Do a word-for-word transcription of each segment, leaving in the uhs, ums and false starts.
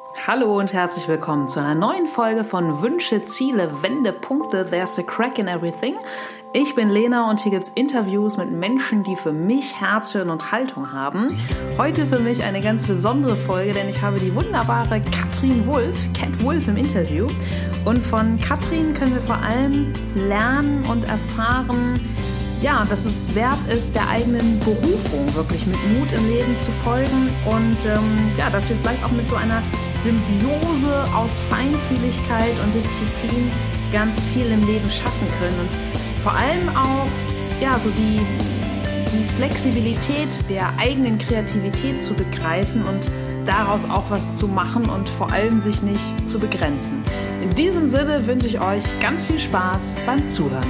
Hallo und herzlich willkommen zu einer neuen Folge von Wünsche, Ziele, Wendepunkte, There's a Crack in Everything. Ich bin Lena und hier gibt's Interviews mit Menschen, die für mich Herz, Hirn und Haltung haben. Heute für mich eine ganz besondere Folge, denn ich habe die wunderbare Katrin Wulff, Cat Wulff im Interview. Und von Katrin können wir vor allem lernen und erfahren, ja, dass es wert ist, der eigenen Berufung wirklich mit Mut im Leben zu folgen und ähm, ja, dass wir vielleicht auch mit so einer Symbiose aus Feinfühligkeit und Disziplin ganz viel im Leben schaffen können und vor allem auch ja, so die, die Flexibilität der eigenen Kreativität zu begreifen und daraus auch was zu machen und vor allem sich nicht zu begrenzen. In diesem Sinne wünsche ich euch ganz viel Spaß beim Zuhören.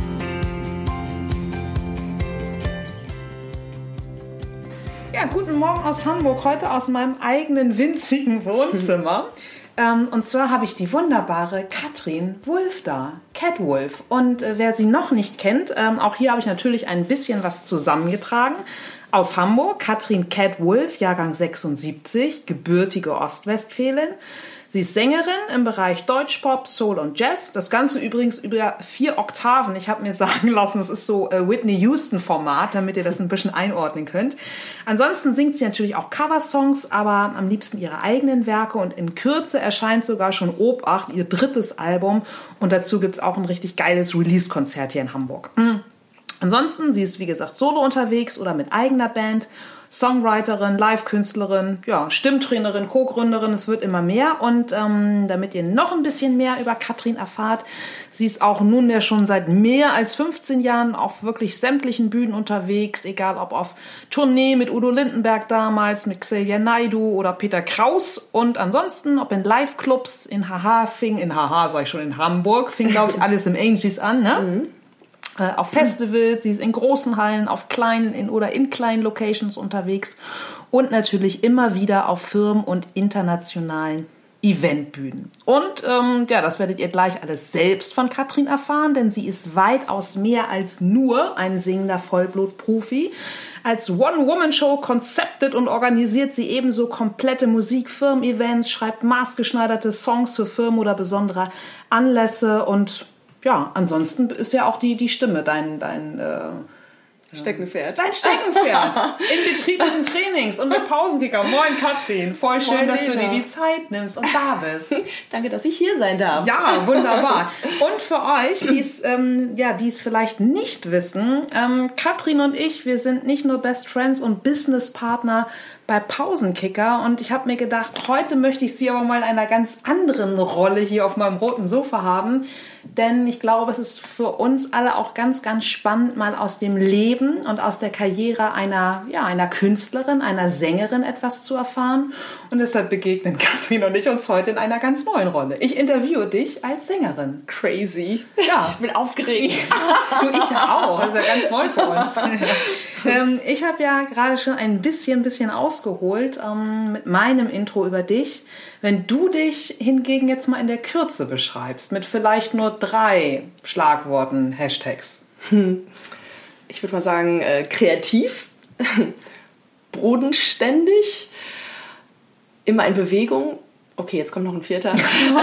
Ja, guten Morgen aus Hamburg, heute aus meinem eigenen winzigen Wohnzimmer. ähm, und zwar habe ich die wunderbare Katrin Wulff da, Cat Wulff. Und äh, wer sie noch nicht kennt, ähm, auch hier habe ich natürlich ein bisschen was zusammengetragen. Aus Hamburg, Katrin Cat Wulff, Jahrgang sechsundsiebzig, gebürtige Ostwestfälin. Sie ist Sängerin im Bereich Deutschpop, Soul und Jazz. Das Ganze übrigens über vier Oktaven. Ich habe mir sagen lassen, das ist so äh, Whitney Houston-Format, damit ihr das ein bisschen einordnen könnt. Ansonsten singt sie natürlich auch Coversongs, aber am liebsten ihre eigenen Werke. Und in Kürze erscheint sogar schon Obacht, ihr drittes Album. Und dazu gibt's auch ein richtig geiles Release-Konzert hier in Hamburg. Mhm. Ansonsten, sie ist wie gesagt solo unterwegs oder mit eigener Band. Songwriterin, Live-Künstlerin, ja, Stimmtrainerin, Co-Gründerin, es wird immer mehr. Und ähm, damit ihr noch ein bisschen mehr über Katrin erfahrt, sie ist auch nunmehr schon seit mehr als fünfzehn Jahren auf wirklich sämtlichen Bühnen unterwegs, egal ob auf Tournee mit Udo Lindenberg damals, mit Xavier Naidoo oder Peter Kraus und ansonsten, ob in Live-Clubs, in Haha fing, in Haha sag ich schon, in Hamburg, fing glaube ich alles im Angies an, ne? Mhm. Auf Festivals, sie ist in großen Hallen, auf kleinen in, oder in kleinen Locations unterwegs und natürlich immer wieder auf Firmen- und internationalen Eventbühnen. Und ähm, ja, das werdet ihr gleich alles selbst von Katrin erfahren, denn sie ist weitaus mehr als nur ein singender Vollblutprofi. Als One-Woman-Show konzeptet und organisiert sie ebenso komplette Musikfirmen-Events, schreibt maßgeschneiderte Songs für Firmen oder besondere Anlässe und ja, ansonsten ist ja auch die, die Stimme dein, dein äh, Steckenpferd. Dein Steckenpferd in betrieblichen Trainings und mit Pausenkicker. Moin Katrin, voll schön, Moin, dass Lena. Du dir die Zeit nimmst und da bist. Danke, dass ich hier sein darf. Ja, wunderbar. Und für euch, die es ähm, ja, die es vielleicht nicht wissen, ähm, Katrin und ich, wir sind nicht nur Best Friends und Businesspartner bei Pausenkicker und ich habe mir gedacht, heute möchte ich sie aber mal in einer ganz anderen Rolle hier auf meinem roten Sofa haben, denn ich glaube, es ist für uns alle auch ganz, ganz spannend, mal aus dem Leben und aus der Karriere einer, ja, einer Künstlerin, einer Sängerin etwas zu erfahren und deshalb begegnen Katrin und ich uns heute in einer ganz neuen Rolle. Ich interviewe dich als Sängerin. Crazy. Ja. Ich bin aufgeregt. Du, ich ja auch. Das ist ja ganz neu für uns. ähm, ich habe ja gerade schon ein bisschen, bisschen ausgeholt ähm, mit meinem Intro über dich. Wenn du dich hingegen jetzt mal in der Kürze beschreibst, mit vielleicht nur drei Schlagworten, Hashtags. Hm. Ich würde mal sagen, äh, kreativ, bodenständig, immer in Bewegung. Okay, jetzt kommt noch ein vierter.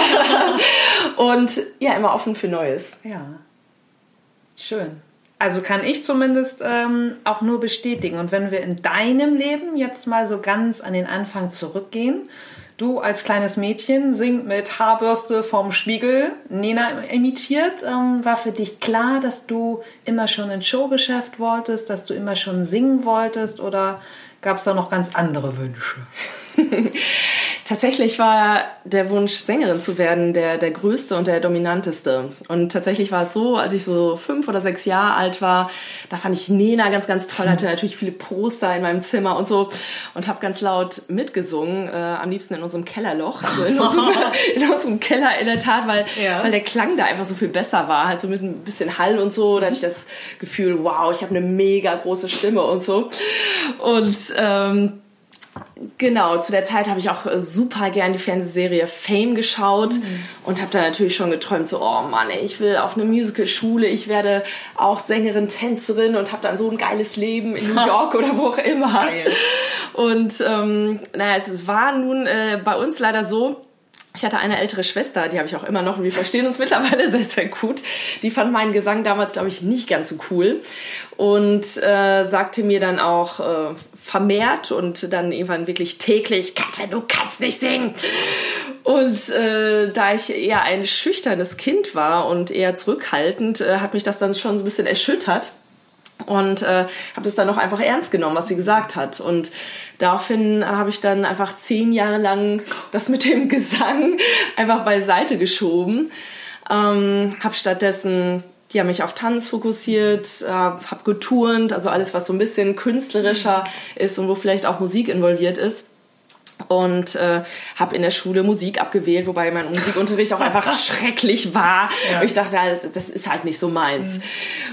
Und ja, immer offen für Neues. Ja, schön. Also kann ich zumindest ähm, auch nur bestätigen. Und wenn wir in deinem Leben jetzt mal so ganz an den Anfang zurückgehen, du als kleines Mädchen singt mit Haarbürste vom Spiegel, Nena imitiert, ähm, war für dich klar, dass du immer schon ins Showgeschäft wolltest, dass du immer schon singen wolltest oder gab es da noch ganz andere Wünsche? Tatsächlich war der Wunsch, Sängerin zu werden, der, der größte und der dominanteste. Und tatsächlich war es so, als ich so fünf oder sechs Jahre alt war, da fand ich Nena ganz, ganz toll, hatte natürlich viele Poster in meinem Zimmer und so und habe ganz laut mitgesungen, äh, am liebsten in unserem Kellerloch, also in unserem, in unserem Keller in der Tat, weil, ja. weil der Klang da einfach so viel besser war, halt so mit ein bisschen Hall und so, da hatte ich das Gefühl, wow, ich habe eine mega große Stimme und so. Und ähm, Genau, zu der Zeit habe ich auch super gern die Fernsehserie Fame geschaut mhm. und habe da natürlich schon geträumt, so, oh Mann, ey, ich will auf eine Musicalschule, ich werde auch Sängerin, Tänzerin und habe dann so ein geiles Leben in New York oder wo auch immer. Geil. Und ähm, naja, es war nun äh, bei uns leider so, ich hatte eine ältere Schwester, die habe ich auch immer noch und wir verstehen uns mittlerweile sehr, sehr gut. Die fand meinen Gesang damals, glaube ich, nicht ganz so cool und äh, sagte mir dann auch äh, vermehrt und dann irgendwann wirklich täglich, Katja, du kannst nicht singen. Und äh, da ich eher ein schüchternes Kind war und eher zurückhaltend, äh, hat mich das dann schon so ein bisschen erschüttert. Und äh, habe das dann auch einfach ernst genommen, was sie gesagt hat. Und daraufhin habe ich dann einfach zehn Jahre lang das mit dem Gesang einfach beiseite geschoben. Ähm, habe stattdessen ja, mich auf Tanz fokussiert, äh, habe geturnt, also alles, was so ein bisschen künstlerischer ist und wo vielleicht auch Musik involviert ist. Und äh, habe in der Schule Musik abgewählt, wobei mein Musikunterricht auch einfach schrecklich war. Ja. Und ich dachte, das, das ist halt nicht so meins. Mhm.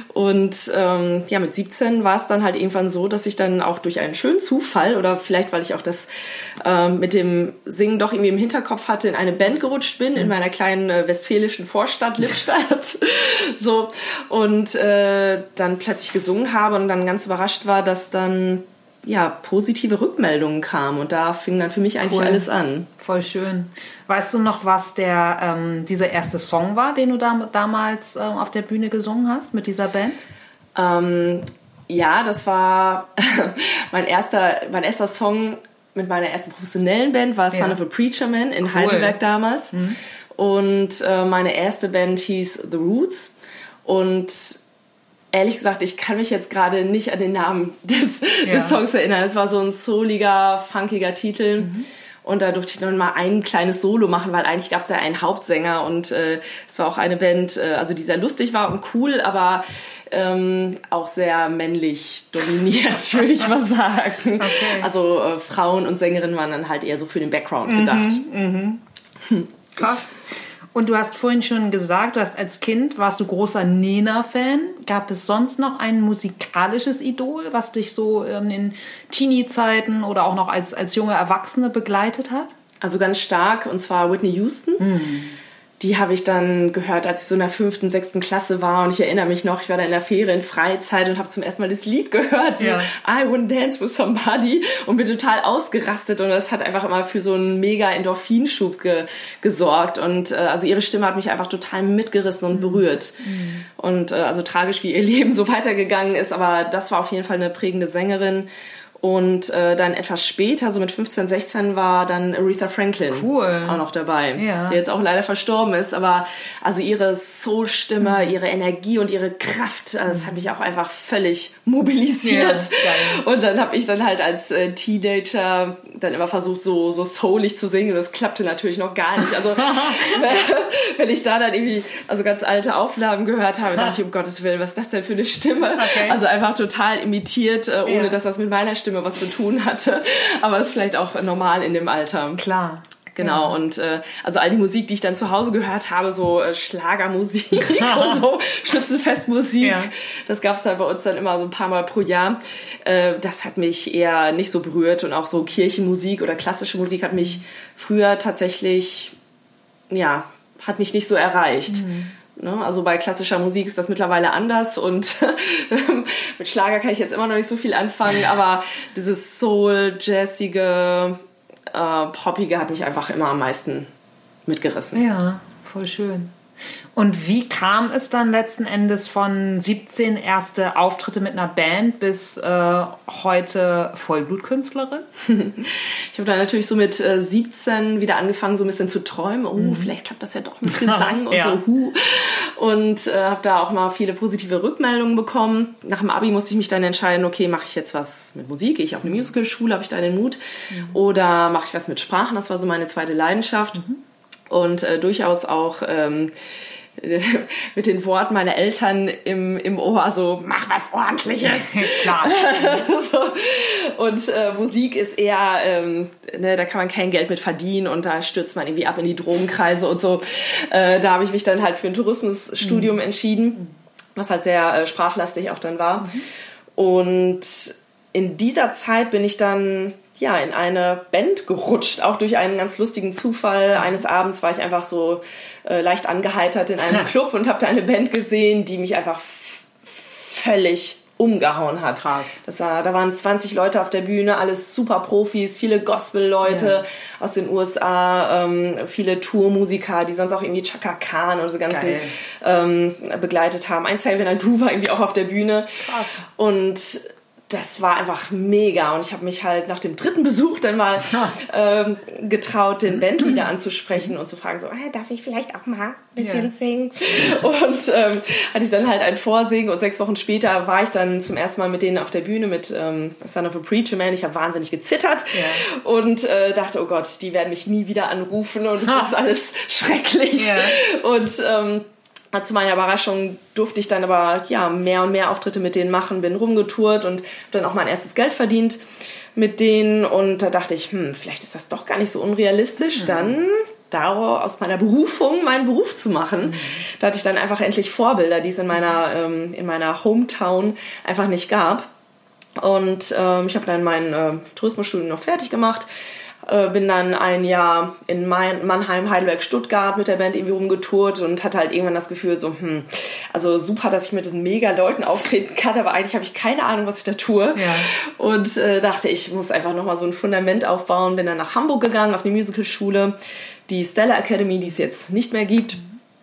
Und ähm, ja, mit siebzehn war es dann halt irgendwann so, dass ich dann auch durch einen schönen Zufall oder vielleicht, weil ich auch das äh, mit dem Singen doch irgendwie im Hinterkopf hatte, in eine Band gerutscht bin, mhm. in meiner kleinen äh, westfälischen Vorstadt Lippstadt. so und äh, dann plötzlich gesungen habe und dann ganz überrascht war, dass dann ja, positive Rückmeldungen kamen und da fing dann für mich eigentlich cool. alles an. Voll schön. Weißt du noch, was der ähm, dieser erste Song war, den du da, damals äh, auf der Bühne gesungen hast mit dieser Band? Ähm, ja, das war mein erster mein erster Song mit meiner ersten professionellen Band war ja. Son of a Preacher Man in cool. Heidelberg damals. Mhm. Und äh, meine erste Band hieß The Roots und ehrlich gesagt, ich kann mich jetzt gerade nicht an den Namen des, ja. des Songs erinnern. Es war so ein souliger, funkiger Titel. Mhm. Und da durfte ich noch mal ein kleines Solo machen, weil eigentlich gab es ja einen Hauptsänger. Und äh, es war auch eine Band, äh, also die sehr lustig war und cool, aber ähm, auch sehr männlich dominiert, würde ich mal sagen. Okay. Also äh, Frauen und Sängerinnen waren dann halt eher so für den Background mhm. gedacht. Mhm. Hm. Krass. Und du hast vorhin schon gesagt, du hast als Kind, warst du großer Nena-Fan. Gab es sonst noch ein musikalisches Idol, was dich so in den Teenie-Zeiten oder auch noch als, als junge Erwachsene begleitet hat? Also ganz stark, und zwar Whitney Houston. Mhm. Die habe ich dann gehört, als ich so in der fünften, sechsten Klasse war. Und ich erinnere mich noch, ich war da in der Ferienfreizeit und habe zum ersten Mal das Lied gehört. Ja. So, I Wouldn't Dance With Somebody. Und bin total ausgerastet. Und das hat einfach immer für so einen mega Endorphinschub ge- gesorgt. Und äh, also ihre Stimme hat mich einfach total mitgerissen und berührt. Mhm. Und äh, also tragisch, wie ihr Leben so weitergegangen ist. Aber das war auf jeden Fall eine prägende Sängerin. Und äh, dann etwas später, so mit fünfzehn, sechzehn, war dann Aretha Franklin cool. auch noch dabei, ja. die jetzt auch leider verstorben ist. Aber also ihre Soul-Stimme, mhm. ihre Energie und ihre Kraft, also das hat mich auch einfach völlig mobilisiert. Ja, und dann habe ich dann halt als äh, Teenager dann immer versucht, so, so soulig zu singen. Und das klappte natürlich noch gar nicht. Also wenn ich da dann irgendwie also ganz alte Aufnahmen gehört habe, dachte ich, um Gottes Willen, was ist das denn für eine Stimme? Okay. Also einfach total imitiert, äh, ohne ja. dass das mit meiner Stimme was zu tun hatte, aber ist vielleicht auch normal in dem Alter. Klar. Genau, ja. und äh, also all die Musik, die ich dann zu Hause gehört habe, so äh, Schlagermusik und so Schützenfestmusik, ja. das gab's dann bei uns dann immer so ein paar Mal pro Jahr. Äh, das hat mich eher nicht so berührt und auch so Kirchenmusik oder klassische Musik hat mich früher tatsächlich, ja, hat mich nicht so erreicht. Mhm. Also bei klassischer Musik ist das mittlerweile anders und mit Schlager kann ich jetzt immer noch nicht so viel anfangen, aber dieses Soul, Jazzige, äh, Poppige hat mich einfach immer am meisten mitgerissen. Ja, voll schön. Und wie kam es dann letzten Endes von siebzehn erste Auftritte mit einer Band bis äh, heute Vollblutkünstlerin? Ich habe dann natürlich so mit äh, siebzehn wieder angefangen, so ein bisschen zu träumen. Oh, mhm. vielleicht klappt das ja doch mit Gesang und ja. so. Huh. Und äh, habe da auch mal viele positive Rückmeldungen bekommen. Nach dem Abi musste ich mich dann entscheiden, okay, mache ich jetzt was mit Musik? Gehe ich auf eine Musicalschule? Habe ich da den Mut? Mhm. Oder mache ich was mit Sprachen? Das war so meine zweite Leidenschaft. Mhm. Und äh, durchaus auch ähm, mit den Worten meiner Eltern im, im Ohr so, mach was Ordentliches. Klar. so. Und äh, Musik ist eher, ähm, ne, da kann man kein Geld mit verdienen und da stürzt man irgendwie ab in die Drogenkreise und so. Äh, da habe ich mich dann halt für ein Tourismusstudium mhm. entschieden, was halt sehr äh, sprachlastig auch dann war. Mhm. Und in dieser Zeit bin ich dann ja, in eine Band gerutscht, auch durch einen ganz lustigen Zufall. Eines Abends war ich einfach so äh, leicht angeheitert in einem Club und habe da eine Band gesehen, die mich einfach f- völlig umgehauen hat. Krass. Das war, da waren zwanzig Leute auf der Bühne, alles super Profis, viele Gospel-Leute ja. aus den U S A, ähm, viele Tourmusiker, die sonst auch irgendwie Chaka Khan und so ganzen ähm, begleitet haben. Ein Xavier Naidoo war irgendwie auch auf der Bühne. Krass. Und das war einfach mega und ich habe mich halt nach dem dritten Besuch dann mal ähm, getraut, den Bandleader anzusprechen und zu fragen, so, hey, darf ich vielleicht auch mal ein bisschen ja. singen? Und ähm, hatte ich dann halt ein Vorsingen und sechs Wochen später war ich dann zum ersten Mal mit denen auf der Bühne mit ähm, Son of a Preacher Man. Ich habe wahnsinnig gezittert ja. und äh, dachte, oh Gott, die werden mich nie wieder anrufen und es ist alles schrecklich. Ja. Und ähm, zu meiner Überraschung durfte ich dann aber ja mehr und mehr Auftritte mit denen machen, bin rumgetourt und habe dann auch mein erstes Geld verdient mit denen und da dachte ich, hm, vielleicht ist das doch gar nicht so unrealistisch, mhm. dann daraus aus meiner Berufung meinen Beruf zu machen. Mhm. Da hatte ich dann einfach endlich Vorbilder, die es in meiner, ähm, in meiner Hometown einfach nicht gab. Und ähm, ich habe dann mein äh, Tourismusstudium noch fertig gemacht. Bin dann ein Jahr in Mannheim, Heidelberg, Stuttgart mit der Band irgendwie rumgetourt und hatte halt irgendwann das Gefühl so, hm, also super, dass ich mit diesen Mega-Leuten auftreten kann, aber eigentlich habe ich keine Ahnung, was ich da tue. Ja. Und äh, dachte, ich muss einfach nochmal so ein Fundament aufbauen. Bin dann nach Hamburg gegangen, auf eine Musicalschule, die Stella Academy, die es jetzt nicht mehr gibt.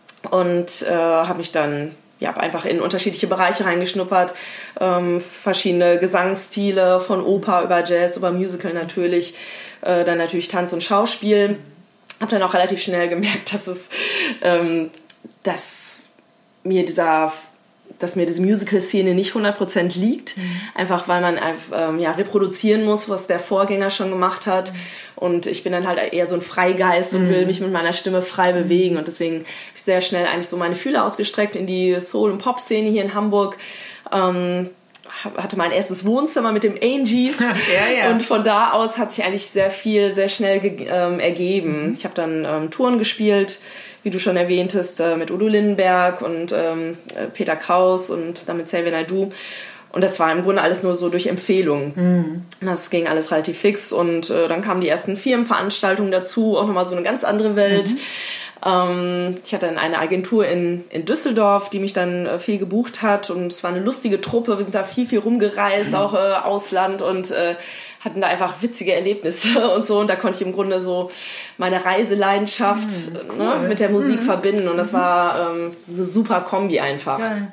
Und äh, habe mich dann ja, einfach in unterschiedliche Bereiche reingeschnuppert, ähm, verschiedene Gesangsstile von Oper über Jazz, über Musical natürlich, äh, dann natürlich Tanz und Schauspiel. Habe dann auch relativ schnell gemerkt, dass es, ähm, dass mir dieser, dass mir diese Musical-Szene nicht hundert Prozent liegt, mhm. einfach weil man ähm, ja, reproduzieren muss, was der Vorgänger schon gemacht hat. Mhm. Und ich bin dann halt eher so ein Freigeist und mhm. will mich mit meiner Stimme frei bewegen. Und deswegen habe ich sehr schnell eigentlich so meine Fühler ausgestreckt in die Soul- und Pop-Szene hier in Hamburg. Ähm, hatte mein erstes Wohnzimmer mit dem Angies. ja, ja. Und von da aus hat sich eigentlich sehr viel, sehr schnell ge- ähm, ergeben. Mhm. Ich habe dann ähm, Touren gespielt, wie du schon erwähntest, äh, mit Udo Lindenberg und ähm, Peter Kraus und dann mit Xavier Naidoo. Und das war im Grunde alles nur so durch Empfehlungen. Mhm. Das ging alles relativ fix. Und äh, dann kamen die ersten Firmenveranstaltungen dazu, auch nochmal so eine ganz andere Welt. Mhm. Ähm, ich hatte dann eine Agentur in, in Düsseldorf, die mich dann äh, viel gebucht hat. Und es war eine lustige Truppe. Wir sind da viel, viel rumgereist, mhm. auch äh, Ausland und äh, hatten da einfach witzige Erlebnisse und so. Und da konnte ich im Grunde so meine Reiseleidenschaft mhm, cool. ne, mit der Musik mhm. verbinden. Und das war ähm, eine super Kombi einfach. Geil.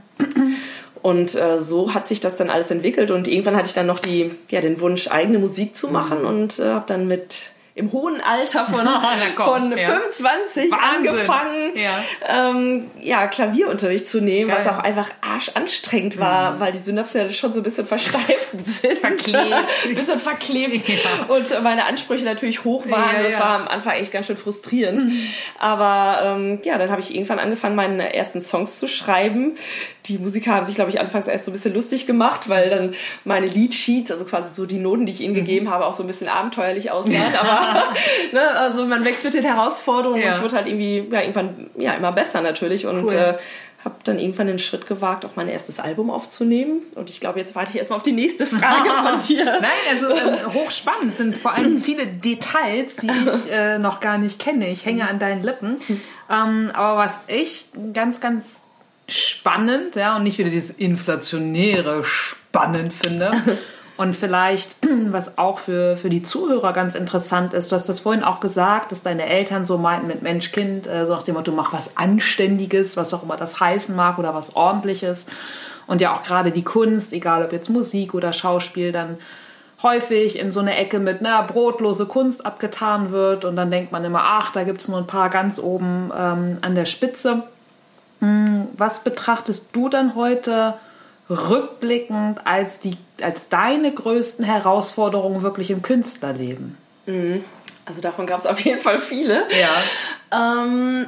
Und äh, so hat sich das dann alles entwickelt und irgendwann hatte ich dann noch die, ja, den Wunsch, eigene Musik zu machen mhm. und äh, habe dann mit im hohen Alter von, von ja. fünfundzwanzig Wahnsinn. Angefangen, ja. Ähm, ja, Klavierunterricht zu nehmen, Geil. Was auch einfach arschanstrengend war, mhm. weil die Synapsen schon so ein bisschen versteift sind. Verklebt. ein bisschen verklebt. Ja. Und meine Ansprüche natürlich hoch waren. Ja, ja. Das war am Anfang echt ganz schön frustrierend. Mhm. Aber ähm, ja, dann habe ich irgendwann angefangen, meine ersten Songs zu schreiben. Die Musiker haben sich, glaube ich, anfangs erst so ein bisschen lustig gemacht, weil dann meine Leadsheets, also quasi so die Noten, die ich ihnen mhm. gegeben habe, auch so ein bisschen abenteuerlich aussahen. Aber ne, also man wächst mit den Herausforderungen ja. und ich wurde halt irgendwie ja, irgendwann ja, immer besser natürlich und cool. äh, habe dann irgendwann den Schritt gewagt, auch mein erstes Album aufzunehmen. Und ich glaube, jetzt warte ich erstmal auf die nächste Frage von dir. Nein, also ähm, hochspannend sind vor allem viele Details, die ich äh, noch gar nicht kenne. Ich hänge an deinen Lippen. Ähm, aber was ich ganz, ganz spannend, ja, und nicht wieder dieses inflationäre spannend finde. Und vielleicht, was auch für, für die Zuhörer ganz interessant ist, du hast das vorhin auch gesagt, dass deine Eltern so meinten mit Mensch, Kind, äh, so nach dem Motto, mach was Anständiges, was auch immer das heißen mag oder was Ordentliches. Und ja auch gerade die Kunst, egal ob jetzt Musik oder Schauspiel, dann häufig in so eine Ecke mit na, brotlose Kunst abgetan wird. Und dann denkt man immer, ach, da gibt's nur ein paar ganz oben ähm, an der Spitze. Was betrachtest du dann heute rückblickend als, die, als deine größten Herausforderungen wirklich im Künstlerleben? Also davon gab es auf jeden Fall viele. Ja. Ähm,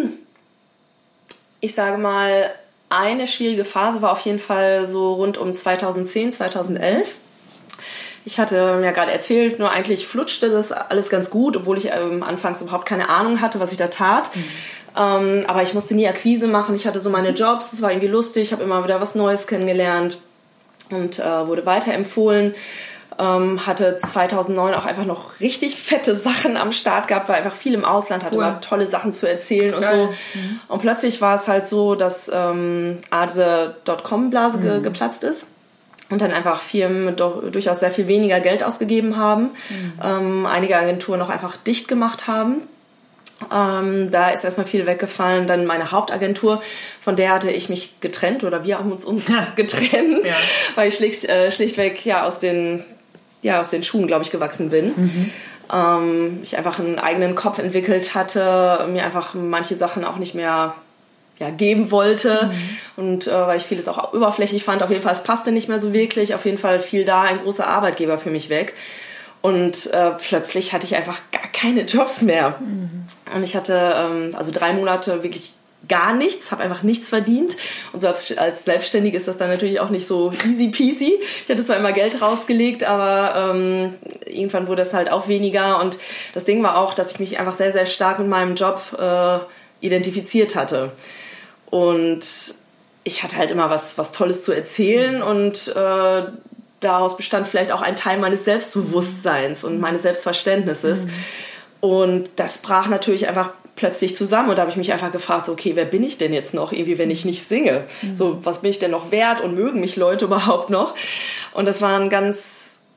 ich sage mal, eine schwierige Phase war auf jeden Fall so rund um zweitausendzehn, zweitausendelf. Ich hatte mir gerade erzählt, nur eigentlich flutschte das alles ganz gut, obwohl ich ähm, anfangs überhaupt keine Ahnung hatte, was ich da tat. Mhm. Ähm, aber ich musste nie Akquise machen. Ich hatte so meine Jobs, es war irgendwie lustig, ich habe immer wieder was Neues kennengelernt und äh, wurde weiterempfohlen. Ähm, hatte zweitausendneun auch einfach noch richtig fette Sachen am Start gehabt, war einfach viel im Ausland, hatte cool. immer tolle Sachen zu erzählen und Geil. so. Mhm. Und plötzlich war es halt so, dass ähm, diese Dotcom-Blase mhm. ge- geplatzt ist. Und dann einfach Firmen doch durchaus sehr viel weniger Geld ausgegeben haben. Mhm. Ähm, einige Agenturen auch einfach dicht gemacht haben. Ähm, da ist erstmal viel weggefallen. Dann meine Hauptagentur, von der hatte ich mich getrennt oder wir haben uns, uns getrennt, ja. weil ich schlicht, äh, schlichtweg ja, aus, den, ja, aus den Schuhen, glaube ich, gewachsen bin. Mhm. Ähm, ich einfach einen eigenen Kopf entwickelt hatte, mir einfach manche Sachen auch nicht mehr ja, geben wollte mhm. und äh, weil ich vieles auch oberflächlich fand. Auf jeden Fall, es passte nicht mehr so wirklich. Auf jeden Fall fiel da ein großer Arbeitgeber für mich weg. Und äh, plötzlich hatte ich einfach gar keine Jobs mehr. Mhm. Und ich hatte ähm, also drei Monate wirklich gar nichts, habe einfach nichts verdient. Und so als, als Selbstständige ist das dann natürlich auch nicht so easy peasy. Ich hatte zwar immer Geld rausgelegt, aber ähm, irgendwann wurde es halt auch weniger. Und das Ding war auch, dass ich mich einfach sehr, sehr stark mit meinem Job äh, identifiziert hatte. Und ich hatte halt immer was, was Tolles zu erzählen und äh, daraus bestand vielleicht auch ein Teil meines Selbstbewusstseins und meines Selbstverständnisses. Mhm. Und das brach natürlich einfach plötzlich zusammen und da habe ich mich einfach gefragt, so, okay, wer bin ich denn jetzt noch, irgendwie, wenn ich nicht singe? Mhm. So, was bin ich denn noch wert und mögen mich Leute überhaupt noch? Und das war ein ganz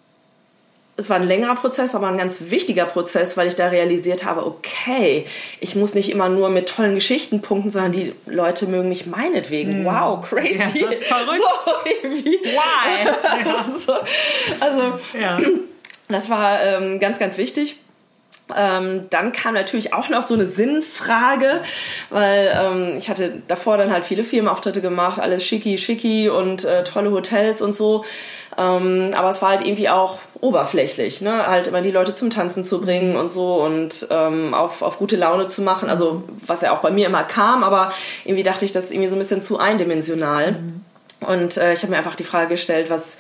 Es war ein längerer Prozess, aber ein ganz wichtiger Prozess, weil ich da realisiert habe, okay, ich muss nicht immer nur mit tollen Geschichten punkten, sondern die Leute mögen mich meinetwegen. Mm. Wow, crazy. Ja, verrückt. So, irgendwie. Why? Ja. so, also, ja. das war ähm, ganz, ganz wichtig. Ähm, dann kam natürlich auch noch so eine Sinnfrage, weil ähm, ich hatte davor dann halt viele Firmenauftritte gemacht, alles schicki, schicki und äh, tolle Hotels und so. Ähm, aber es war halt irgendwie auch oberflächlich, ne? Halt immer die Leute zum Tanzen zu bringen und so und ähm, auf, auf gute Laune zu machen. Also was ja auch bei mir immer kam, aber irgendwie dachte ich, das ist irgendwie so ein bisschen zu eindimensional. Mhm. Und äh, ich habe mir einfach die Frage gestellt, was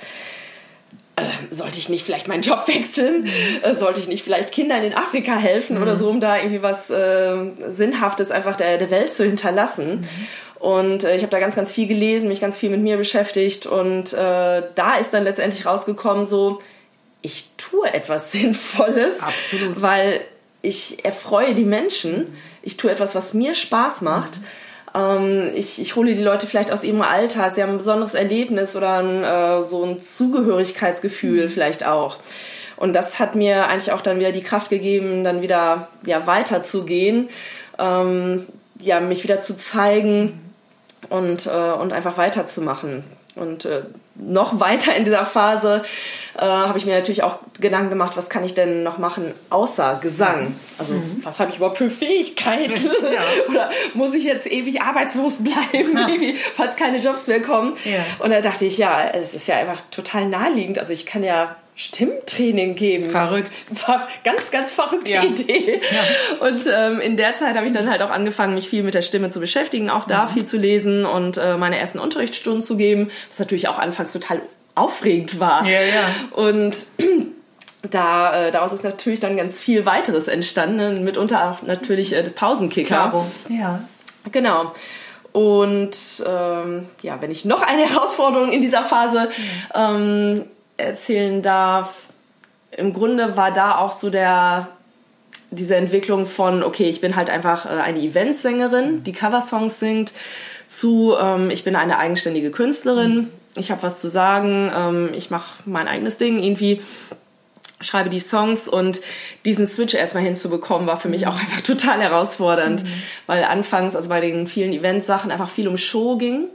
Äh, sollte ich nicht vielleicht meinen Job wechseln? Mhm. Äh, sollte ich nicht vielleicht Kindern in Afrika helfen mhm. oder so, um da irgendwie was äh, Sinnhaftes einfach der, der Welt zu hinterlassen? Mhm. Und äh, ich habe da ganz, ganz viel gelesen, mich ganz viel mit mir beschäftigt und äh, da ist dann letztendlich rausgekommen so, ich tue etwas Sinnvolles, Absolut. Weil ich erfreue die Menschen, mhm. ich tue etwas, was mir Spaß macht. Mhm. Ich, ich hole die Leute vielleicht aus ihrem Alltag, sie haben ein besonderes Erlebnis oder ein, äh, so ein Zugehörigkeitsgefühl mhm. vielleicht auch. Und das hat mir eigentlich auch dann wieder die Kraft gegeben, dann wieder ja, weiterzugehen, ähm, ja, mich wieder zu zeigen mhm. und, äh, und einfach weiterzumachen. Und äh, noch weiter in dieser Phase äh, habe ich mir natürlich auch Gedanken gemacht, was kann ich denn noch machen außer Gesang? Also mhm. was habe ich überhaupt für Fähigkeiten? Ja. Oder muss ich jetzt ewig arbeitslos bleiben, ja. ewig, falls keine Jobs mehr kommen? Ja. Und da dachte ich, ja, es ist ja einfach total naheliegend. Also ich kann ja Stimmtraining geben. Verrückt. War ganz, ganz verrückte ja. Idee. Ja. Und ähm, in der Zeit habe ich dann halt auch angefangen, mich viel mit der Stimme zu beschäftigen, auch da mhm. viel zu lesen und äh, meine ersten Unterrichtsstunden zu geben, was natürlich auch anfangs total aufregend war. Ja, ja. Und da, äh, daraus ist natürlich dann ganz viel weiteres entstanden, mitunter auch natürlich äh, Pausenkicker. Klaro. Ja. Genau. Und ähm, ja, wenn ich noch eine Herausforderung in dieser Phase ähm, erzählen darf, im Grunde war da auch so der diese Entwicklung von, okay, ich bin halt einfach eine Eventsängerin, die Coversongs singt, zu, ähm, ich bin eine eigenständige Künstlerin, ich habe was zu sagen, ähm, ich mache mein eigenes Ding, irgendwie schreibe die Songs und diesen Switch erstmal hinzubekommen, war für mich auch einfach total herausfordernd, mhm. weil anfangs, also bei den vielen Eventsachen, einfach viel um Show ging.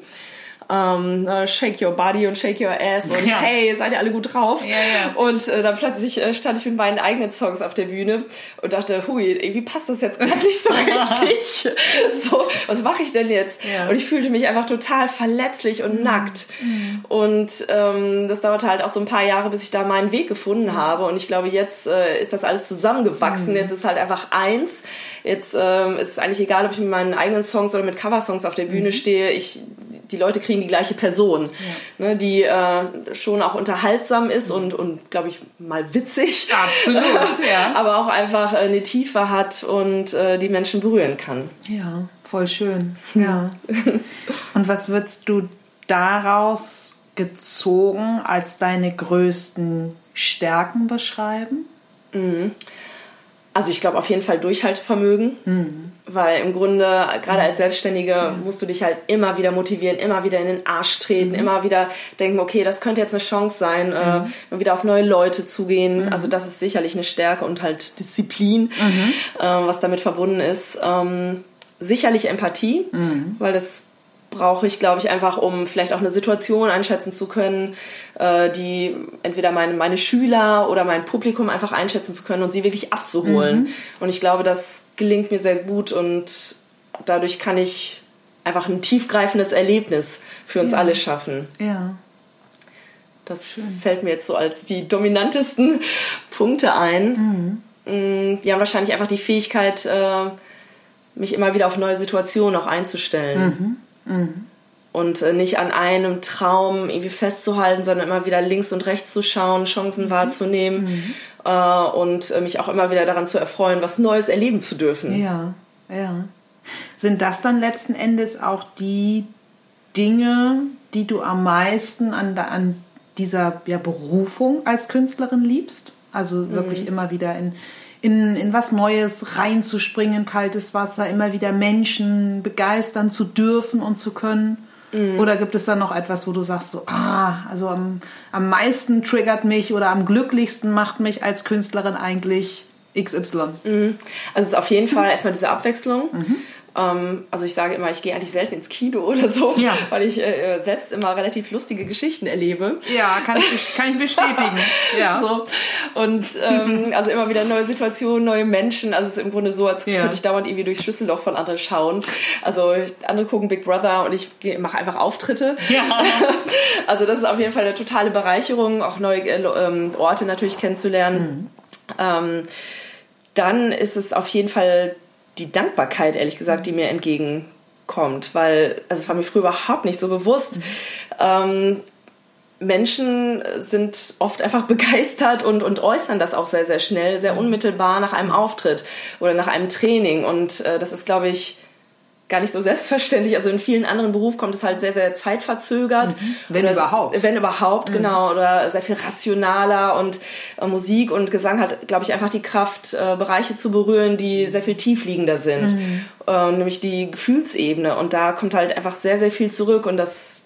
Um, uh, shake your body und shake your ass und ja. hey, seid ihr alle gut drauf? Ja, ja. Und äh, dann plötzlich äh, stand ich mit meinen eigenen Songs auf der Bühne und dachte, hui, irgendwie passt das jetzt gerade nicht so richtig. So, was mache ich denn jetzt? Ja. Und ich fühlte mich einfach total verletzlich und mhm. nackt. Mhm. Und ähm, das dauerte halt auch so ein paar Jahre, bis ich da meinen Weg gefunden mhm. habe. Und ich glaube, jetzt äh, ist das alles zusammengewachsen. Mhm. Jetzt ist halt einfach eins. Jetzt ähm, ist es eigentlich egal, ob ich mit meinen eigenen Songs oder mit Coversongs auf der Bühne mhm. stehe. Ich, die Leute kriegen die gleiche Person, ja. ne, die äh, schon auch unterhaltsam ist mhm. und, und glaube ich, mal witzig. Absolut, ja. Aber auch einfach äh, eine Tiefe hat und äh, die Menschen berühren kann. Ja, voll schön. Ja. Und was würdest du daraus gezogen als deine größten Stärken beschreiben? Mhm. Also ich glaube auf jeden Fall Durchhaltevermögen, mhm. weil im Grunde, gerade als Selbstständige, ja. musst du dich halt immer wieder motivieren, immer wieder in den Arsch treten, mhm. immer wieder denken, okay, das könnte jetzt eine Chance sein, mhm. äh, wieder auf neue Leute zugehen. Mhm. Also das ist sicherlich eine Stärke und halt Disziplin, mhm. äh, was damit verbunden ist. Ähm, sicherlich Empathie, mhm. weil das brauche ich, glaube ich, einfach, um vielleicht auch eine Situation einschätzen zu können, äh, die entweder meine, meine Schüler oder mein Publikum einfach einschätzen zu können und sie wirklich abzuholen. Mhm. Und ich glaube, das gelingt mir sehr gut und dadurch kann ich einfach ein tiefgreifendes Erlebnis für uns ja. alle schaffen. Ja. Das Schön. Fällt mir jetzt so als die dominantesten Punkte ein. Mhm. Ja, wahrscheinlich einfach die Fähigkeit, äh, mich immer wieder auf neue Situationen auch einzustellen. Mhm. Mhm. Und äh, nicht an einem Traum irgendwie festzuhalten, sondern immer wieder links und rechts zu schauen, Chancen mhm. wahrzunehmen mhm. Äh, und äh, mich auch immer wieder daran zu erfreuen, was Neues erleben zu dürfen. Ja, ja. Sind das dann letzten Endes auch die Dinge, die du am meisten an, an dieser ja, Berufung als Künstlerin liebst? Also wirklich mhm. immer wieder in In, in was Neues reinzuspringen, kaltes Wasser, immer wieder Menschen begeistern zu dürfen und zu können? Mhm. Oder gibt es da noch etwas, wo du sagst, so, ah, also am, am meisten triggert mich oder am glücklichsten macht mich als Künstlerin eigentlich X Y? Mhm. Also es ist auf jeden Fall erstmal diese Abwechslung. Mhm. Also ich sage immer, ich gehe eigentlich selten ins Kino oder so, ja. weil ich äh, selbst immer relativ lustige Geschichten erlebe. Ja, kann ich, kann ich bestätigen. Ja. So. Und ähm, also immer wieder neue Situationen, neue Menschen. Also es ist im Grunde so, als ja. könnte ich dauernd irgendwie durchs Schlüsselloch von anderen schauen. Also andere gucken Big Brother und ich mache einfach Auftritte. Ja. Also das ist auf jeden Fall eine totale Bereicherung, auch neue äh, Orte natürlich kennenzulernen. Mhm. Ähm, dann ist es auf jeden Fall die Dankbarkeit, ehrlich gesagt, die mir entgegenkommt, weil also es war mir früher überhaupt nicht so bewusst. Mhm. Ähm, Menschen sind oft einfach begeistert und, und äußern das auch sehr, sehr schnell, sehr unmittelbar nach einem Auftritt oder nach einem Training und äh, das ist, glaube ich, gar nicht so selbstverständlich. Also in vielen anderen Berufen kommt es halt sehr, sehr zeitverzögert. Mhm. Wenn oder, überhaupt. Wenn überhaupt, mhm. genau. Oder sehr viel rationaler. Und äh, Musik und Gesang hat, glaube ich, einfach die Kraft, äh, Bereiche zu berühren, die sehr viel tiefliegender sind. Mhm. Äh, nämlich die Gefühlsebene. Und da kommt halt einfach sehr, sehr viel zurück. Und das,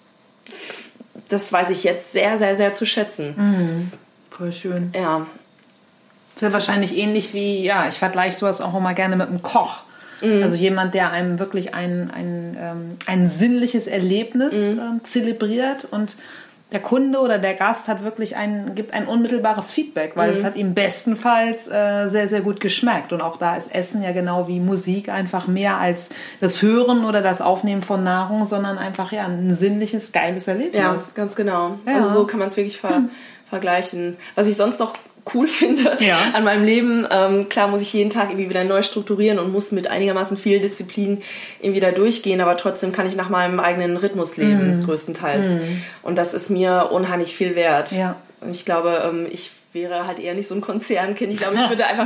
das weiß ich jetzt sehr, sehr, sehr zu schätzen. Mhm. Voll schön. Ja. Das ist ja wahrscheinlich ähnlich wie, ja, ich vergleiche sowas auch immer gerne mit einem Koch. Also jemand, der einem wirklich ein, ein, ähm, ein sinnliches Erlebnis mhm. ähm, zelebriert und der Kunde oder der Gast hat wirklich ein, gibt ein unmittelbares Feedback, weil mhm. es hat ihm bestenfalls äh, sehr, sehr gut geschmeckt. Und auch da ist Essen ja genau wie Musik einfach mehr als das Hören oder das Aufnehmen von Nahrung, sondern einfach ja ein sinnliches, geiles Erlebnis. Ja, ganz genau. Ja. Also so kann man es wirklich ver- mhm. vergleichen. Was ich sonst noch cool finde ja. an meinem Leben. Ähm, klar muss ich jeden Tag irgendwie wieder neu strukturieren und muss mit einigermaßen viel Disziplin irgendwie da durchgehen, aber trotzdem kann ich nach meinem eigenen Rhythmus leben, mm. größtenteils. Mm. Und das ist mir unheimlich viel wert. Ja. Und ich glaube, ähm, ich wäre halt eher nicht so ein Konzernkind. Ich glaube, ich würde einfach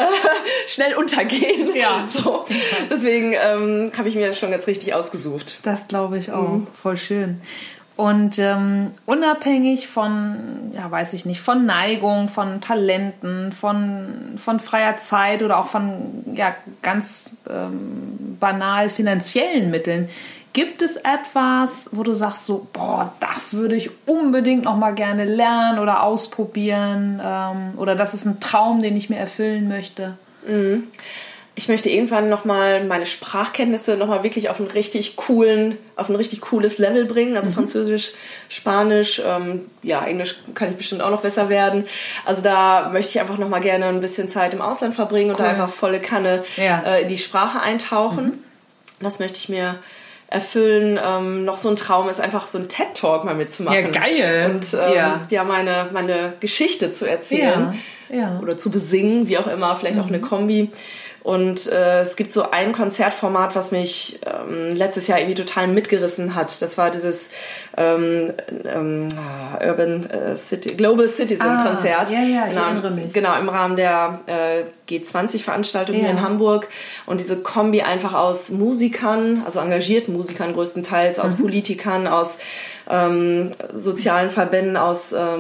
äh, schnell untergehen. Ja. So. Deswegen ähm, habe ich mir das schon ganz richtig ausgesucht. Das glaube ich auch. Mm. Voll schön. Und ähm, unabhängig von, ja, weiß ich nicht, von Neigung, von Talenten, von, von freier Zeit oder auch von ja, ganz ähm, banal finanziellen Mitteln, gibt es etwas, wo du sagst so, boah, das würde ich unbedingt noch mal gerne lernen oder ausprobieren ähm, oder das ist ein Traum, den ich mir erfüllen möchte? Mhm. Ich möchte irgendwann nochmal meine Sprachkenntnisse nochmal wirklich auf einen richtig coolen, auf ein richtig cooles Level bringen. Also mhm. Französisch, Spanisch, ähm, ja, Englisch kann ich bestimmt auch noch besser werden. Also da möchte ich einfach nochmal gerne ein bisschen Zeit im Ausland verbringen und cool. da einfach volle Kanne ja. äh, in die Sprache eintauchen. Mhm. Das möchte ich mir erfüllen. Ähm, noch so ein Traum ist einfach so ein TED-Talk mal mitzumachen. Ja, geil. Und ähm, ja. ja, meine, meine Geschichte zu erzählen. Ja. Ja. Oder zu besingen, wie auch immer, vielleicht mhm. auch eine Kombi. Und äh, es gibt so ein Konzertformat, was mich ähm, letztes Jahr irgendwie total mitgerissen hat. Das war dieses ähm, ähm, Urban äh, City, Global Citizen ah, Konzert. Ja, ja, ich genau, erinnere mich. Genau, im Rahmen der äh, G zwanzig Veranstaltung ja. hier in Hamburg. Und diese Kombi einfach aus Musikern, also engagierten Musikern größtenteils, aus mhm. Politikern, aus ähm, sozialen Verbänden, aus ähm,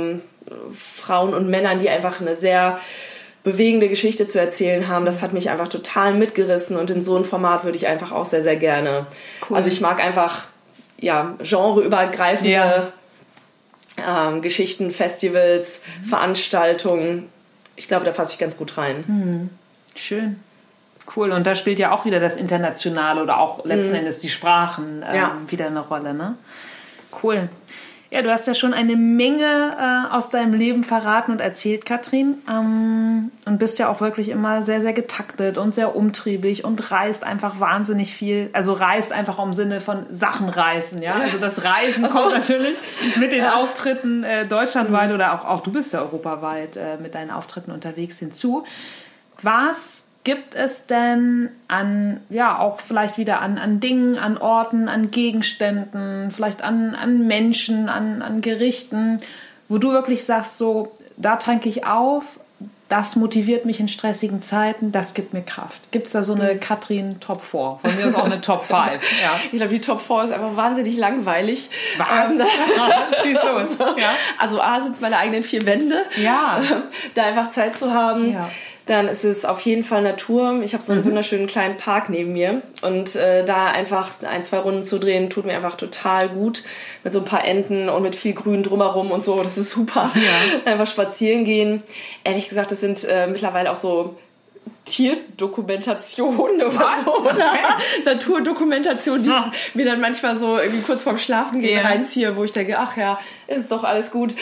Frauen und Männern, die einfach eine sehr bewegende Geschichte zu erzählen haben. Das hat mich einfach total mitgerissen und in so ein Format würde ich einfach auch sehr, sehr gerne. Cool. Also ich mag einfach ja, genreübergreifende ja. ähm, Geschichten, Festivals, mhm. Veranstaltungen. Ich glaube, da passe ich ganz gut rein. Mhm. Schön. Cool. Und da spielt ja auch wieder das Internationale oder auch letzten mhm. Endes die Sprachen ähm, ja. wieder eine Rolle, ne? Cool. Ja, du hast ja schon eine Menge äh, aus deinem Leben verraten und erzählt, Katrin. Ähm, und bist ja auch wirklich immer sehr, sehr getaktet und sehr umtriebig und reist einfach wahnsinnig viel. Also reist einfach im Sinne von Sachen reißen, ja. Also das Reisen also, kommt natürlich mit den ja. Auftritten äh, deutschlandweit mhm. oder auch, auch du bist ja europaweit äh, mit deinen Auftritten unterwegs hinzu. Was gibt es denn an, ja, auch vielleicht wieder an, an Dingen, an Orten, an Gegenständen, vielleicht an, an Menschen, an, an Gerichten, wo du wirklich sagst, so, da tanke ich auf, das motiviert mich in stressigen Zeiten, das gibt mir Kraft. Gibt es da so eine Katrin Top vier? Von mir ist auch eine Top fünf. Ja. Ich glaube, die Top vier ist einfach wahnsinnig langweilig. Was? Ähm, Schieß los. Also, ja. also A, sind es meine eigenen vier Wände. Ja. Da einfach Zeit zu haben. Ja. Dann ist es auf jeden Fall Natur. Ich habe so einen mhm. wunderschönen kleinen Park neben mir. Und äh, da einfach ein, zwei Runden zu drehen, tut mir einfach total gut. Mit so ein paar Enten und mit viel Grün drumherum und so. Das ist super. Ja. Einfach spazieren gehen. Ehrlich gesagt, das sind äh, mittlerweile auch so Tierdokumentationen oder Was? so. Oder Naturdokumentationen, die ja. mir dann manchmal so irgendwie kurz vorm Schlafen gehen ja. reinziehe, wo ich denke, ach ja, ist doch alles gut.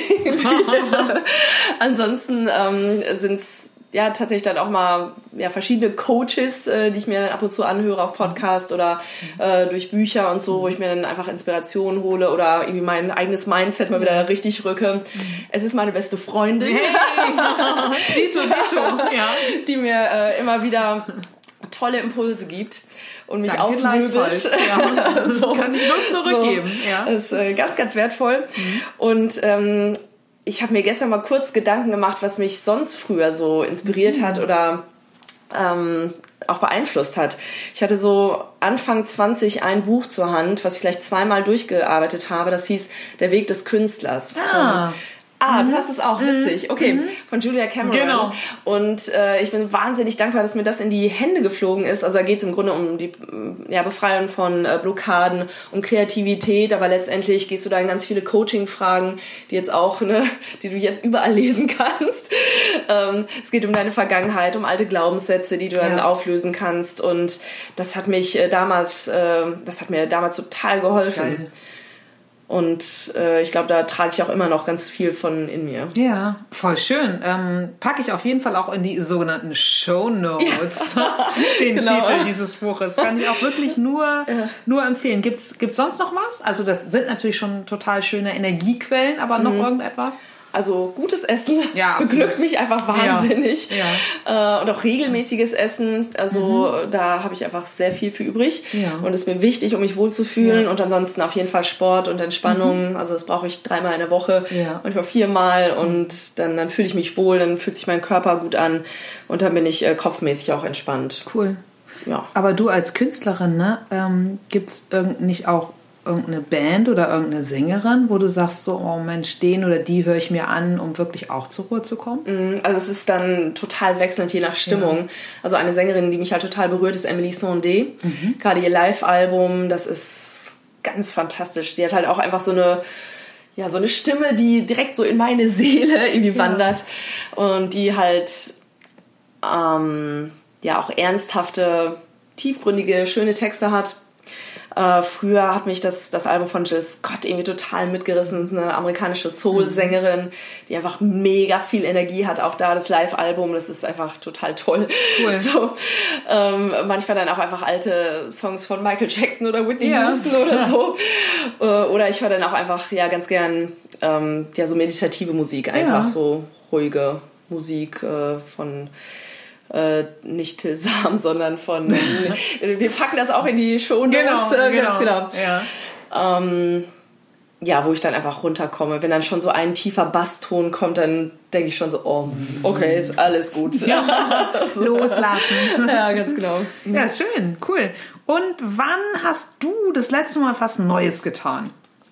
Ansonsten ähm, sind es ja tatsächlich dann auch mal ja, verschiedene Coaches, äh, die ich mir dann ab und zu anhöre auf Podcast oder äh, durch Bücher und so, wo ich mir dann einfach Inspiration hole oder irgendwie mein eigenes Mindset mal wieder richtig rücke. Es ist meine beste Freundin, hey. Dito, Dito. Ja. die mir äh, immer wieder tolle Impulse gibt und mich Danke aufmöbelt. Ja. so. Kann ich nur zurückgeben. So. Ja. Das ist äh, ganz, ganz wertvoll. Mhm. Und ähm, ich habe mir gestern mal kurz Gedanken gemacht, was mich sonst früher so inspiriert mhm. hat oder ähm, auch beeinflusst hat. Ich hatte so Anfang zwanzig ein Buch zur Hand, was ich gleich zweimal durchgearbeitet habe. Das hieß Der Weg des Künstlers. Ah. Von, Ah, mhm. das ist auch witzig. Okay, mhm. von Julia Cameron. Genau. Und äh, ich bin wahnsinnig dankbar, dass mir das in die Hände geflogen ist. Also da geht es im Grunde um die ja, Befreiung von äh, Blockaden, um Kreativität, aber letztendlich gehst du da in ganz viele Coaching-Fragen, die jetzt auch, ne, die du jetzt überall lesen kannst. Ähm, es geht um deine Vergangenheit, um alte Glaubenssätze, die du dann ja. auflösen kannst. Und das hat mich äh, damals, äh, das hat mir damals total geholfen. Geil. Und äh, ich glaube, da trage ich auch immer noch ganz viel von in mir. Ja, voll schön. Ähm, packe ich auf jeden Fall auch in die sogenannten Shownotes ja. den genau. Titel dieses Buches. Kann ich auch wirklich nur, ja. nur empfehlen. Gibt's, gibt's sonst noch was? Also das sind natürlich schon total schöne Energiequellen, aber noch mhm. irgendetwas? Also gutes Essen ja, beglückt mich einfach wahnsinnig. Ja. Ja. Äh, und auch regelmäßiges Essen. Also mhm. da habe ich einfach sehr viel für übrig. Ja. Und es ist mir wichtig, um mich wohlzufühlen. Ja. Und ansonsten auf jeden Fall Sport und Entspannung. Mhm. Also das brauche ich dreimal in der Woche, ja. manchmal viermal. Und dann, dann fühle ich mich wohl, dann fühlt sich mein Körper gut an. Und dann bin ich äh, kopfmäßig auch entspannt. Cool. Ja. Aber du als Künstlerin, ne, ähm, gibt es nicht auch irgendeine Band oder irgendeine Sängerin, wo du sagst so, oh Mensch, den oder die höre ich mir an, um wirklich auch zur Ruhe zu kommen? Also es ist dann total wechselnd, je nach Stimmung. Ja. Also eine Sängerin, die mich halt total berührt, ist Emily Sandé. Mhm. Gerade ihr Live-Album, das ist ganz fantastisch. Sie hat halt auch einfach so eine, ja, so eine Stimme, die direkt so in meine Seele irgendwie ja. wandert und die halt ähm, ja auch ernsthafte, tiefgründige, schöne Texte hat. Äh, früher hat mich das, das Album von Jill Scott irgendwie total mitgerissen. Eine amerikanische Soul-Sängerin, die einfach mega viel Energie hat. Auch da das Live-Album, das ist einfach total toll. Cool. So, ähm, manchmal dann auch einfach alte Songs von Michael Jackson oder Whitney ja. Houston oder so. äh, oder ich höre dann auch einfach ja ganz gern ähm, ja, so meditative Musik. Einfach ja. so ruhige Musik äh, von... Äh, nicht Till Sam, sondern von... wir packen das auch in die Shownotes. Genau, äh, genau. Ganz genau. Ja. Ähm, ja, wo ich dann einfach runterkomme. Wenn dann schon so ein tiefer Basston kommt, dann denke ich schon so, oh, okay, ist alles gut. Ja. Loslassen. Ja, ganz genau. Ja, schön, cool. Und wann hast du das letzte Mal was Neues getan?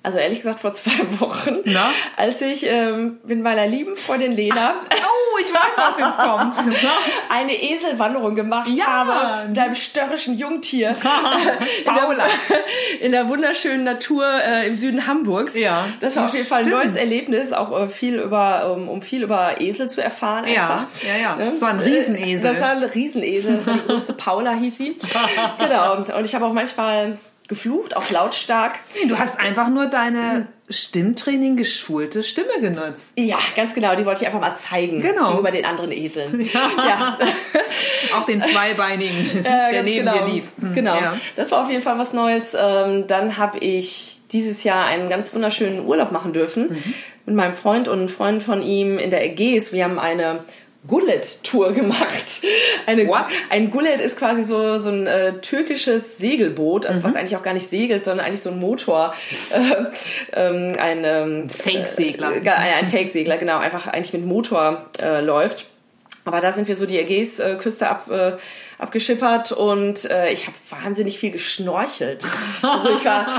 Also ehrlich gesagt vor zwei Wochen, Na? als ich ähm, mit meiner lieben Freundin Lena Oh, ich weiß, was jetzt kommt. eine Eselwanderung gemacht Ja. habe mit einem störrischen Jungtier Paula. in, der, in der wunderschönen Natur äh, im Süden Hamburgs. Ja, das war auf jeden Fall ein stimmt. neues Erlebnis, auch äh, viel über, um, um viel über Esel zu erfahren. Ja, Einfach. ja, ja. Ne? Das war ein Riesenesel. Das war ein Riesenesel. Das war die große Paula, hieß sie. Genau. Und ich habe auch manchmal geflucht, auch lautstark. Nee, du hast einfach nur deine Stimmtraining geschulte Stimme genutzt. Ja, ganz genau. Die wollte ich einfach mal zeigen. Genau. Gegenüber den anderen Eseln. Ja. Auch den Zweibeinigen, Ja, der ganz neben genau. dir lief. Hm, Genau. Ja. Das war auf jeden Fall was Neues. Ähm, Dann habe ich dieses Jahr einen ganz wunderschönen Urlaub machen dürfen. Mhm. Mit meinem Freund und einem Freund von ihm in der Ägäis. Wir haben eine Gullet-Tour gemacht. Eine, What? ein Gullet ist quasi so, so ein äh, türkisches Segelboot, also Mhm. was eigentlich auch gar nicht segelt, sondern eigentlich so ein Motor. Äh, ähm, ein ähm, Fake-Segler. Äh, ein, ein Fake-Segler, genau. Einfach eigentlich mit Motor äh, läuft. Aber da sind wir so die Ägäisküste ab, äh, abgeschippert und äh, ich habe wahnsinnig viel geschnorchelt. Also ich war,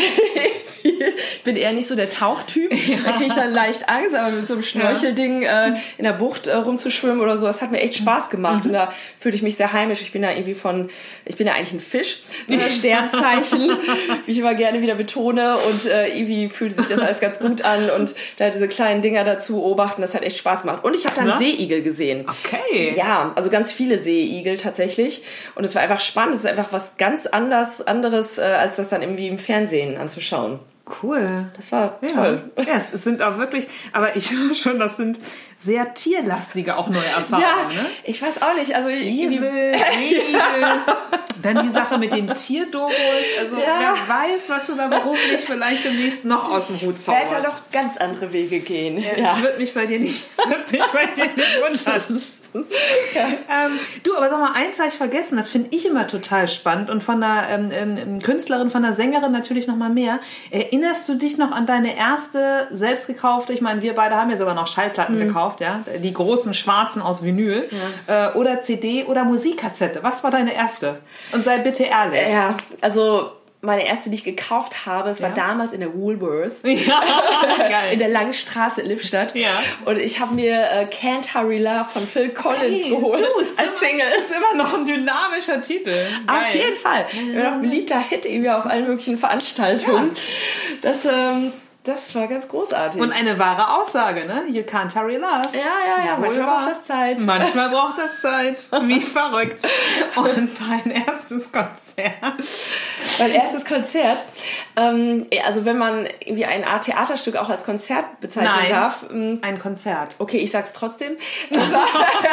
ich bin eher nicht so der Tauchtyp. Da kriege ich dann leicht Angst, aber mit so einem Schnorchelding äh, in der Bucht äh, rumzuschwimmen oder so, das hat mir echt Spaß gemacht. Und da fühlte ich mich sehr heimisch. Ich bin da irgendwie von, ich bin ja eigentlich ein Fisch, äh, Sternzeichen, wie ich immer gerne wieder betone. Und äh, irgendwie fühlte sich das alles ganz gut an und da diese kleinen Dinger dazu beobachten, das hat echt Spaß gemacht. Und ich habe da einen Na? Seeigel gesehen. Okay. Ja, also ganz viele Seeigel tatsächlich. Und es war einfach spannend. Es ist einfach was ganz anders, anderes, äh, als das dann irgendwie im Fernsehen anzuschauen. Cool. Das war Ja. toll. Ja, es sind auch wirklich, aber ich höre schon, das sind sehr tierlastige auch neue Erfahrungen. Ja, Ne? ich weiß auch nicht. Also irgendwie- Esel, Igel, dann die Sache mit den Tierdoros. Also Ja. wer weiß, was du da beruflich vielleicht demnächst noch aus dem Hut ich werde zauberst. ja doch ganz andere Wege gehen. Ja, Ja. das wird mich bei dir nicht, wird mich bei dir nicht wundern. ähm, du, aber sag mal, eins habe ich vergessen, das finde ich immer total spannend und von der ähm, ähm, Künstlerin, von der Sängerin natürlich noch mal mehr. Erinnerst du dich noch an deine erste selbst gekaufte, ich meine, wir beide haben ja sogar noch Schallplatten Mhm. gekauft, ja, die großen schwarzen aus Vinyl, äh, oder C D oder Musikkassette. Was war deine erste? Und sei bitte ehrlich. Ja, also meine erste, die ich gekauft habe, es war Ja. damals in der Woolworth. Ja, geil. In der langen Straße in Lippstadt. Ja. Und ich habe mir äh, Can't Hurry Love von Phil Collins Hey, geholt. du, ist als immer- Single. Ist immer noch ein dynamischer Titel. Auf Geil. jeden Fall. Ja, ein beliebter Hit irgendwie auf allen möglichen Veranstaltungen. Das, ähm, das war ganz großartig. Und eine wahre Aussage, ne? You can't hurry love. ja, ja, ja. Wohl Manchmal wahr. braucht das Zeit. Manchmal braucht das Zeit. Wie verrückt. Und dein erstes Konzert. Mein erstes Konzert. Ähm, also wenn man irgendwie eine Art Theaterstück auch als Konzert bezeichnen Nein. darf. ähm, Ein Konzert. Okay, ich sag's trotzdem. Es war,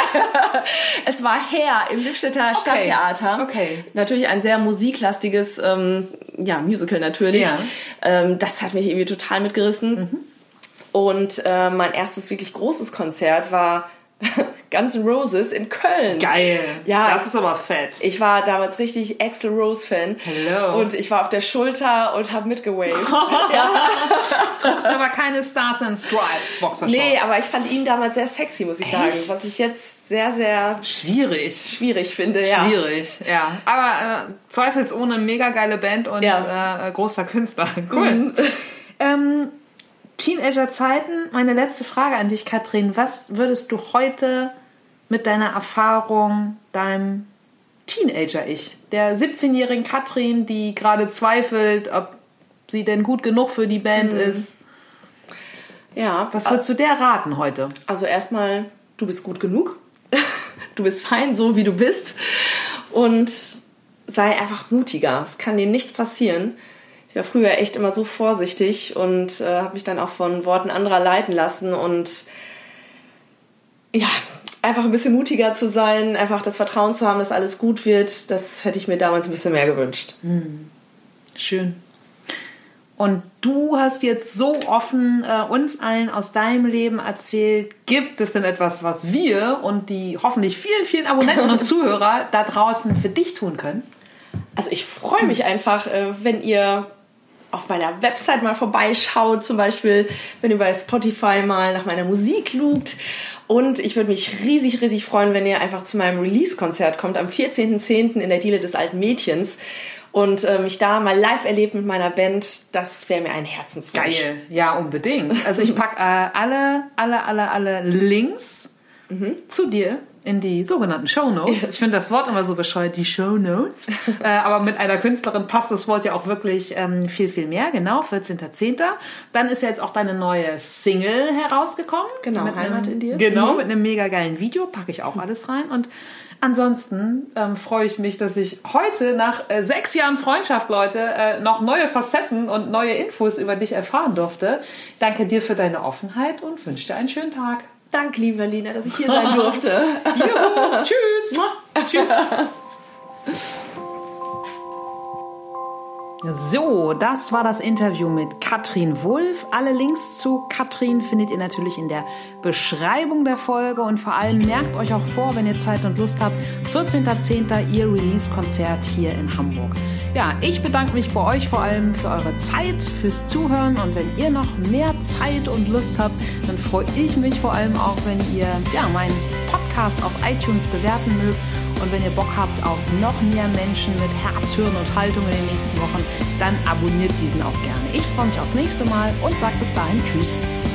es war Her im Lippstädter Stadttheater. Okay. Natürlich ein sehr musiklastiges ähm, ja, Musical natürlich. Ja. Ähm, das hat mich irgendwie total mitgerissen. Und äh, mein erstes wirklich großes Konzert war Guns N' Roses in Köln. Geil. Ja, Das ist aber fett. Ich war damals richtig Axl Rose Fan. Hello. Und ich war auf der Schulter und habe mitgewaved. Trugst aber keine Stars and Stripes Boxershorts. Nee, aber ich fand ihn damals sehr sexy, muss ich sagen. Echt? Was ich jetzt sehr, sehr Schwierig. schwierig finde. Ja. Schwierig, ja. Aber äh, zweifelsohne mega geile Band und Ja. äh, großer Künstler. Cool. Mhm. Ähm, Teenager-Zeiten, meine letzte Frage an dich, Katrin. Was würdest du heute mit deiner Erfahrung deinem Teenager-Ich, der siebzehnjährigen Katrin, die gerade zweifelt, ob sie denn gut genug für die Band ist, Ja. was würdest du der raten heute? Also erstmal, du bist gut genug. Du bist fein, so wie du bist. Und sei einfach mutiger. Es kann dir nichts passieren. Ich war früher echt immer so vorsichtig und äh, habe mich dann auch von Worten anderer leiten lassen. Und ja, einfach ein bisschen mutiger zu sein, einfach das Vertrauen zu haben, dass alles gut wird, das hätte ich mir damals ein bisschen mehr gewünscht. Schön. Und du hast jetzt so offen äh, uns allen aus deinem Leben erzählt. Gibt es denn etwas, was wir und die hoffentlich vielen, vielen Abonnenten und Zuhörer da draußen für dich tun können? Also ich freue mich einfach, äh, wenn ihr auf meiner Website mal vorbeischaut, zum Beispiel, wenn ihr bei Spotify mal nach meiner Musik lugt. Und ich würde mich riesig, riesig freuen, wenn ihr einfach zu meinem Release-Konzert kommt am vierzehnten zehnten in der Diele des Alten Mädchens und äh, mich da mal live erlebt mit meiner Band. Das wäre mir ein Herzenswunsch. Geil, ja, unbedingt. Also ich packe äh, alle, alle, alle, alle Links mhm. zu dir in die sogenannten Shownotes. Ich finde das Wort immer so bescheuert, die Shownotes. äh, aber mit einer Künstlerin passt das Wort ja auch wirklich ähm, viel, viel mehr. Genau, vierzehnten zehnten Dann ist ja jetzt auch deine neue Single herausgekommen. Genau, mit Heimat einem, in dir. Genau, mhm. mit einem mega geilen Video. Packe ich auch alles rein. Und ansonsten ähm, freue ich mich, dass ich heute nach äh, sechs Jahren Freundschaft, Leute, äh, noch neue Facetten und neue Infos über dich erfahren durfte. Danke dir für deine Offenheit und wünsche dir einen schönen Tag. Danke, liebe Lina, dass ich hier sein durfte. Juhu, tschüss. Tschüss. So, das war das Interview mit Katrin Wulff. Alle Links zu Katrin findet ihr natürlich in der Beschreibung der Folge und vor allem merkt euch auch vor, wenn ihr Zeit und Lust habt, vierzehnten zehnten ihr Release-Konzert hier in Hamburg. Ja, ich bedanke mich bei euch vor allem für eure Zeit, fürs Zuhören und wenn ihr noch mehr Zeit und Lust habt, dann freue ich mich vor allem auch, wenn ihr ja, meinen Podcast auf iTunes bewerten mögt. Und wenn ihr Bock habt auf noch mehr Menschen mit Herz, Hirn und Haltung in den nächsten Wochen, dann abonniert diesen auch gerne. Ich freue mich aufs nächste Mal und sage bis dahin Tschüss.